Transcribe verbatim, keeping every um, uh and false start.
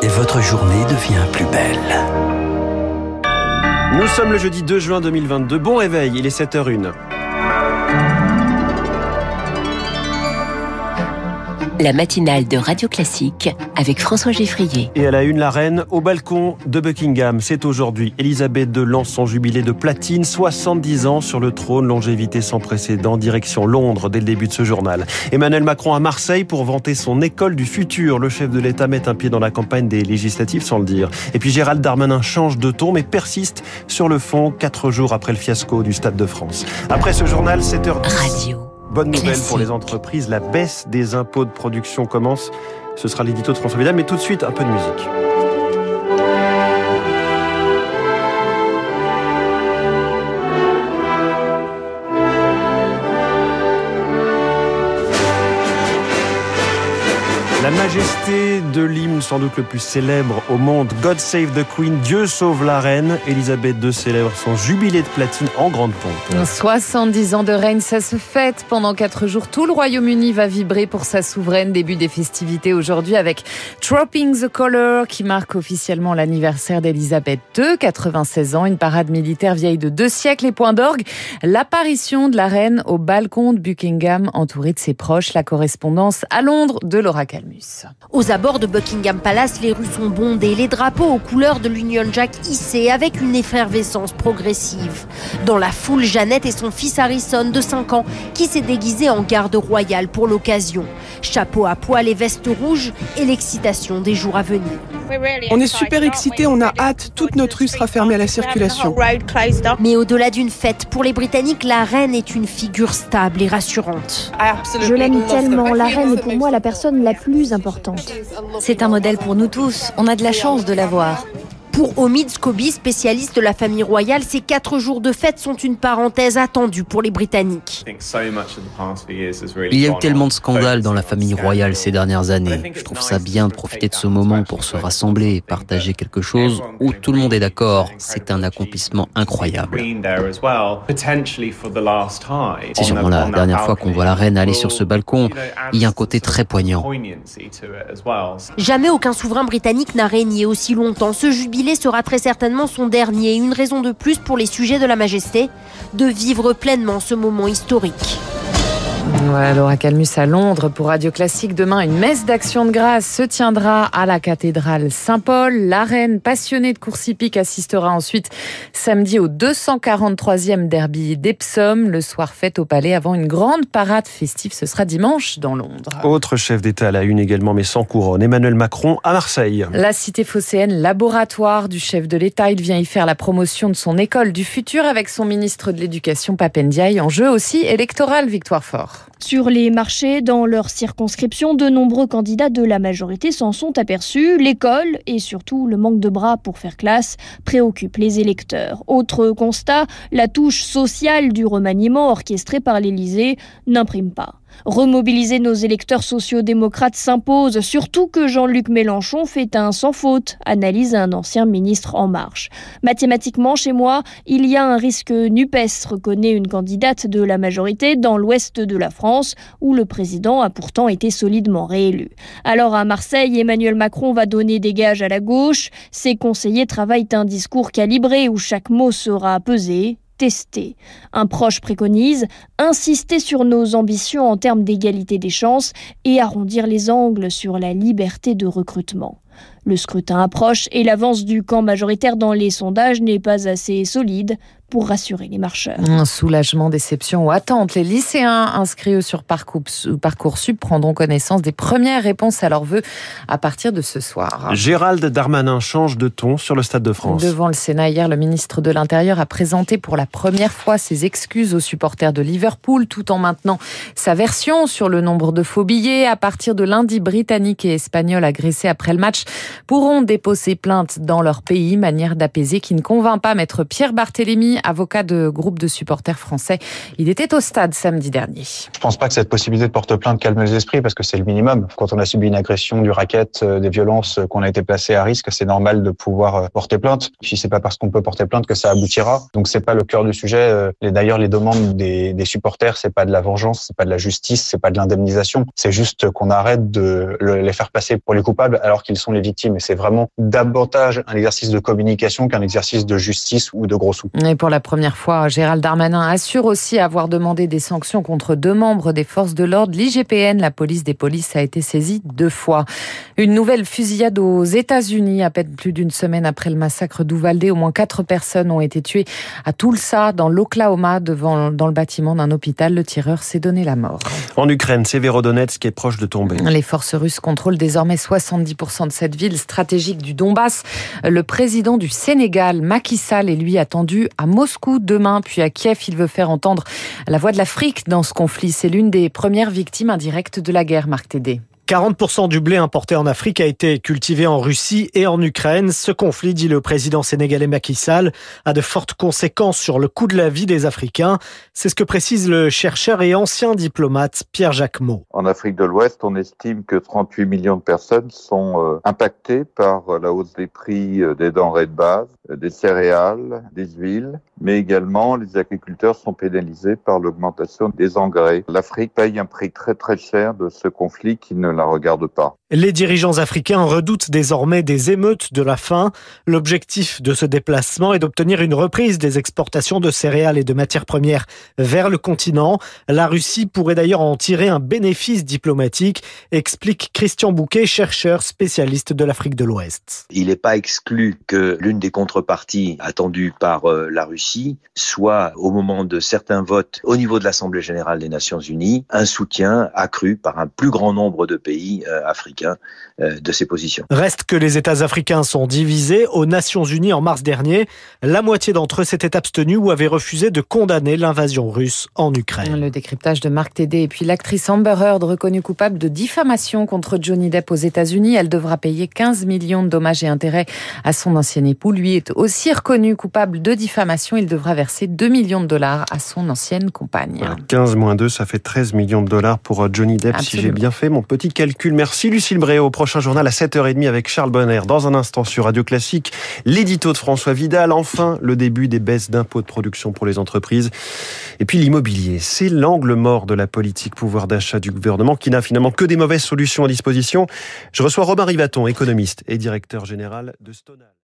et votre journée devient plus belle. Nous sommes le jeudi deux juin deux mille vingt-deux. Bon réveil, il est sept heures zéro un. La matinale de Radio Classique avec François Geffrier. Et à la une, la reine au balcon de Buckingham. C'est aujourd'hui. Élisabeth deux lance son jubilé de platine. soixante-dix ans sur le trône, longévité sans précédent. Direction Londres dès le début de ce journal. Emmanuel Macron à Marseille pour vanter son école du futur. Le chef de l'État met un pied dans la campagne des législatives sans le dire. Et puis Gérald Darmanin change de ton mais persiste sur le fond quatre jours après le fiasco du Stade de France. Après ce journal, sept heures dix. Radio. Bonne nouvelle Classique. pour les entreprises, la baisse des impôts de production commence. Ce sera l'édito de François Vidal, mais tout de suite, un peu de musique. La majesté de l'hymne, sans doute le plus célèbre au monde, God Save the Queen, Dieu sauve la reine. Élisabeth deux célèbre son jubilé de platine en grande pompe. soixante-dix ans de règne, ça se fête pendant quatre jours. Tout le Royaume-Uni va vibrer pour sa souveraine. Début des festivités aujourd'hui avec Dropping the Colour qui marque officiellement l'anniversaire d'Élisabeth deux, quatre-vingt-seize ans. Une parade militaire vieille de deux siècles et point d'orgue. L'apparition de la reine au balcon de Buckingham entourée de ses proches. La correspondance à Londres de Laura Calmus. Aux abords de Buckingham Palace, les rues sont bondées, les drapeaux aux couleurs de l'Union Jack hissés avec une effervescence progressive. Dans la foule, Jeannette et son fils Harrison de cinq ans qui s'est déguisé en garde royale pour l'occasion. Chapeau à poil et veste rouge et l'excitation des jours à venir. On est super excités, on a hâte, toute notre rue sera fermée à la circulation. Mais au-delà d'une fête, pour les Britanniques, la reine est une figure stable et rassurante. Je l'aime tellement, la reine est pour moi la personne la plus importante. C'est un modèle pour nous tous, on a de la chance de l'avoir. Pour Omid Scobie, spécialiste de la famille royale, ces quatre jours de fête sont une parenthèse attendue pour les Britanniques. Il y a eu tellement de scandales dans la famille royale ces dernières années. Je trouve ça bien de profiter de ce moment pour se rassembler et partager quelque chose où tout le monde est d'accord. C'est un accomplissement incroyable. C'est sûrement la dernière fois qu'on voit la reine aller sur ce balcon. Il y a un côté très poignant. Jamais aucun souverain britannique n'a régné aussi longtemps. Ce jubilé sera très certainement son dernier. Une raison de plus pour les sujets de la majesté de vivre pleinement ce moment historique. Ouais, Laura Calmus à Londres pour Radio Classique. Demain, une messe d'action de grâce se tiendra à la cathédrale Saint-Paul. La reine, passionnée de course hippique, assistera ensuite samedi au deux cent quarante-troisième derby d'Epsom. Le soir fête au palais avant une grande parade festive. Ce sera dimanche dans Londres. Autre chef d'État à la une également, mais sans couronne. Emmanuel Macron à Marseille. La cité phocéenne, laboratoire du chef de l'État. Il vient y faire la promotion de son école du futur avec son ministre de l'Éducation, Pap Ndiaye. Enjeu aussi électoral, Victoire Fort. Sur les marchés, dans leur circonscription, de nombreux candidats de la majorité s'en sont aperçus. L'école et surtout le manque de bras pour faire classe préoccupent les électeurs. Autre constat, la touche sociale du remaniement orchestré par l'Élysée n'imprime pas. Remobiliser nos électeurs sociaux-démocrates s'impose, surtout que Jean-Luc Mélenchon fait un sans faute, analyse un ancien ministre En Marche. Mathématiquement, chez moi, il y a un risque NUPES, reconnaît une candidate de la majorité dans l'ouest de la France, où le président a pourtant été solidement réélu. Alors à Marseille, Emmanuel Macron va donner des gages à la gauche. Ses conseillers travaillent un discours calibré où chaque mot sera pesé. Tester. Un proche préconise insister sur nos ambitions en termes d'égalité des chances et arrondir les angles sur la liberté de recrutement. Le scrutin approche et l'avance du camp majoritaire dans les sondages n'est pas assez solide pour rassurer les marcheurs. Un soulagement, déception ou attente. Les lycéens inscrits sur Parcoursup prendront connaissance des premières réponses à leurs vœux à partir de ce soir. Gérald Darmanin change de ton sur le Stade de France. Devant le Sénat hier, le ministre de l'Intérieur a présenté pour la première fois ses excuses aux supporters de Liverpool, tout en maintenant sa version sur le nombre de faux billets. À partir de lundi, Britanniques et Espagnols agressés après le match pourront déposer plainte dans leur pays, manière d'apaiser qui ne convainc pas maître Pierre Barthélémy, avocat de groupe de supporters français. Il était au stade samedi dernier. Je pense pas que cette possibilité de porter plainte calme les esprits parce que c'est le minimum. Quand on a subi une agression, du racket, des violences, qu'on a été placé à risque, c'est normal de pouvoir porter plainte. Puis c'est pas parce qu'on peut porter plainte que ça aboutira. Donc c'est pas le cœur du sujet. Et d'ailleurs, les demandes des, des supporters, c'est pas de la vengeance, c'est pas de la justice, c'est pas de l'indemnisation. C'est juste qu'on arrête de les faire passer pour les coupables alors qu'ils sont les victimes. Et c'est vraiment davantage un exercice de communication qu'un exercice de justice ou de gros sous. Et pour la première fois, Gérald Darmanin assure aussi avoir demandé des sanctions contre deux membres des forces de l'ordre. L'I G P N, la police des polices, a été saisie deux fois. Une nouvelle fusillade aux États-Unis, à peine plus d'une semaine après le massacre d'Uvalde. Au moins quatre personnes ont été tuées à Tulsa, dans l'Oklahoma, devant, dans le bâtiment d'un hôpital. Le tireur s'est donné la mort. En Ukraine, Severodonetsk est proche de tomber. Les forces russes contrôlent désormais soixante-dix pour cent de cette ville stratégique du Donbass. Le président du Sénégal, Macky Sall, est lui attendu à Moscou demain, puis à Kiev. Il veut faire entendre la voix de l'Afrique dans ce conflit. C'est l'une des premières victimes indirectes de la guerre, Marc Tédé. quarante pour cent du blé importé en Afrique a été cultivé en Russie et en Ukraine. Ce conflit, dit le président sénégalais Macky Sall, a de fortes conséquences sur le coût de la vie des Africains. C'est ce que précise le chercheur et ancien diplomate Pierre Jacquemot. En Afrique de l'Ouest, on estime que trente-huit millions de personnes sont euh, impactées par la hausse des prix des denrées de base, des céréales, des huiles, mais également les agriculteurs sont pénalisés par l'augmentation des engrais. L'Afrique paye un prix très très cher de ce conflit qui ne la regarde pas. Les dirigeants africains redoutent désormais des émeutes de la faim. L'objectif de ce déplacement est d'obtenir une reprise des exportations de céréales et de matières premières vers le continent. La Russie pourrait d'ailleurs en tirer un bénéfice diplomatique, explique Christian Bouquet, chercheur spécialiste de l'Afrique de l'Ouest. Il n'est pas exclu que l'une des contreparties attendues par euh, la Russie soit, au moment de certains votes au niveau de l'Assemblée générale des Nations unies, un soutien accru par un plus grand nombre de pays euh, africains euh, de ces positions. Reste que les États africains sont divisés. Aux Nations unies en mars dernier, la moitié d'entre eux s'étaient abstenus ou avaient refusé de condamner l'invasion russe en Ukraine. Le décryptage de Marc Tédé. Et puis l'actrice Amber Heard, reconnue coupable de diffamation contre Johnny Depp aux États-Unis. Elle devra payer quinze millions de dommages et intérêts à son ancien époux. Lui est aussi reconnu coupable de diffamation. Il devra verser deux millions de dollars à son ancienne compagne. quinze moins deux, ça fait treize millions de dollars pour Johnny Depp. Absolument. Si j'ai bien fait mon petit calcul. Merci Lucille Bréau. Prochain journal à sept heures trente avec Charles Bonner. Dans un instant sur Radio Classique, l'édito de François Vidal. Enfin, le début des baisses d'impôts de production pour les entreprises. Et puis l'immobilier, c'est l'angle mort de la politique pouvoir d'achat du gouvernement qui n'a finalement que des mauvaises solutions à disposition. Je reçois Robin Rivaton, économiste et directeur général de Stonal.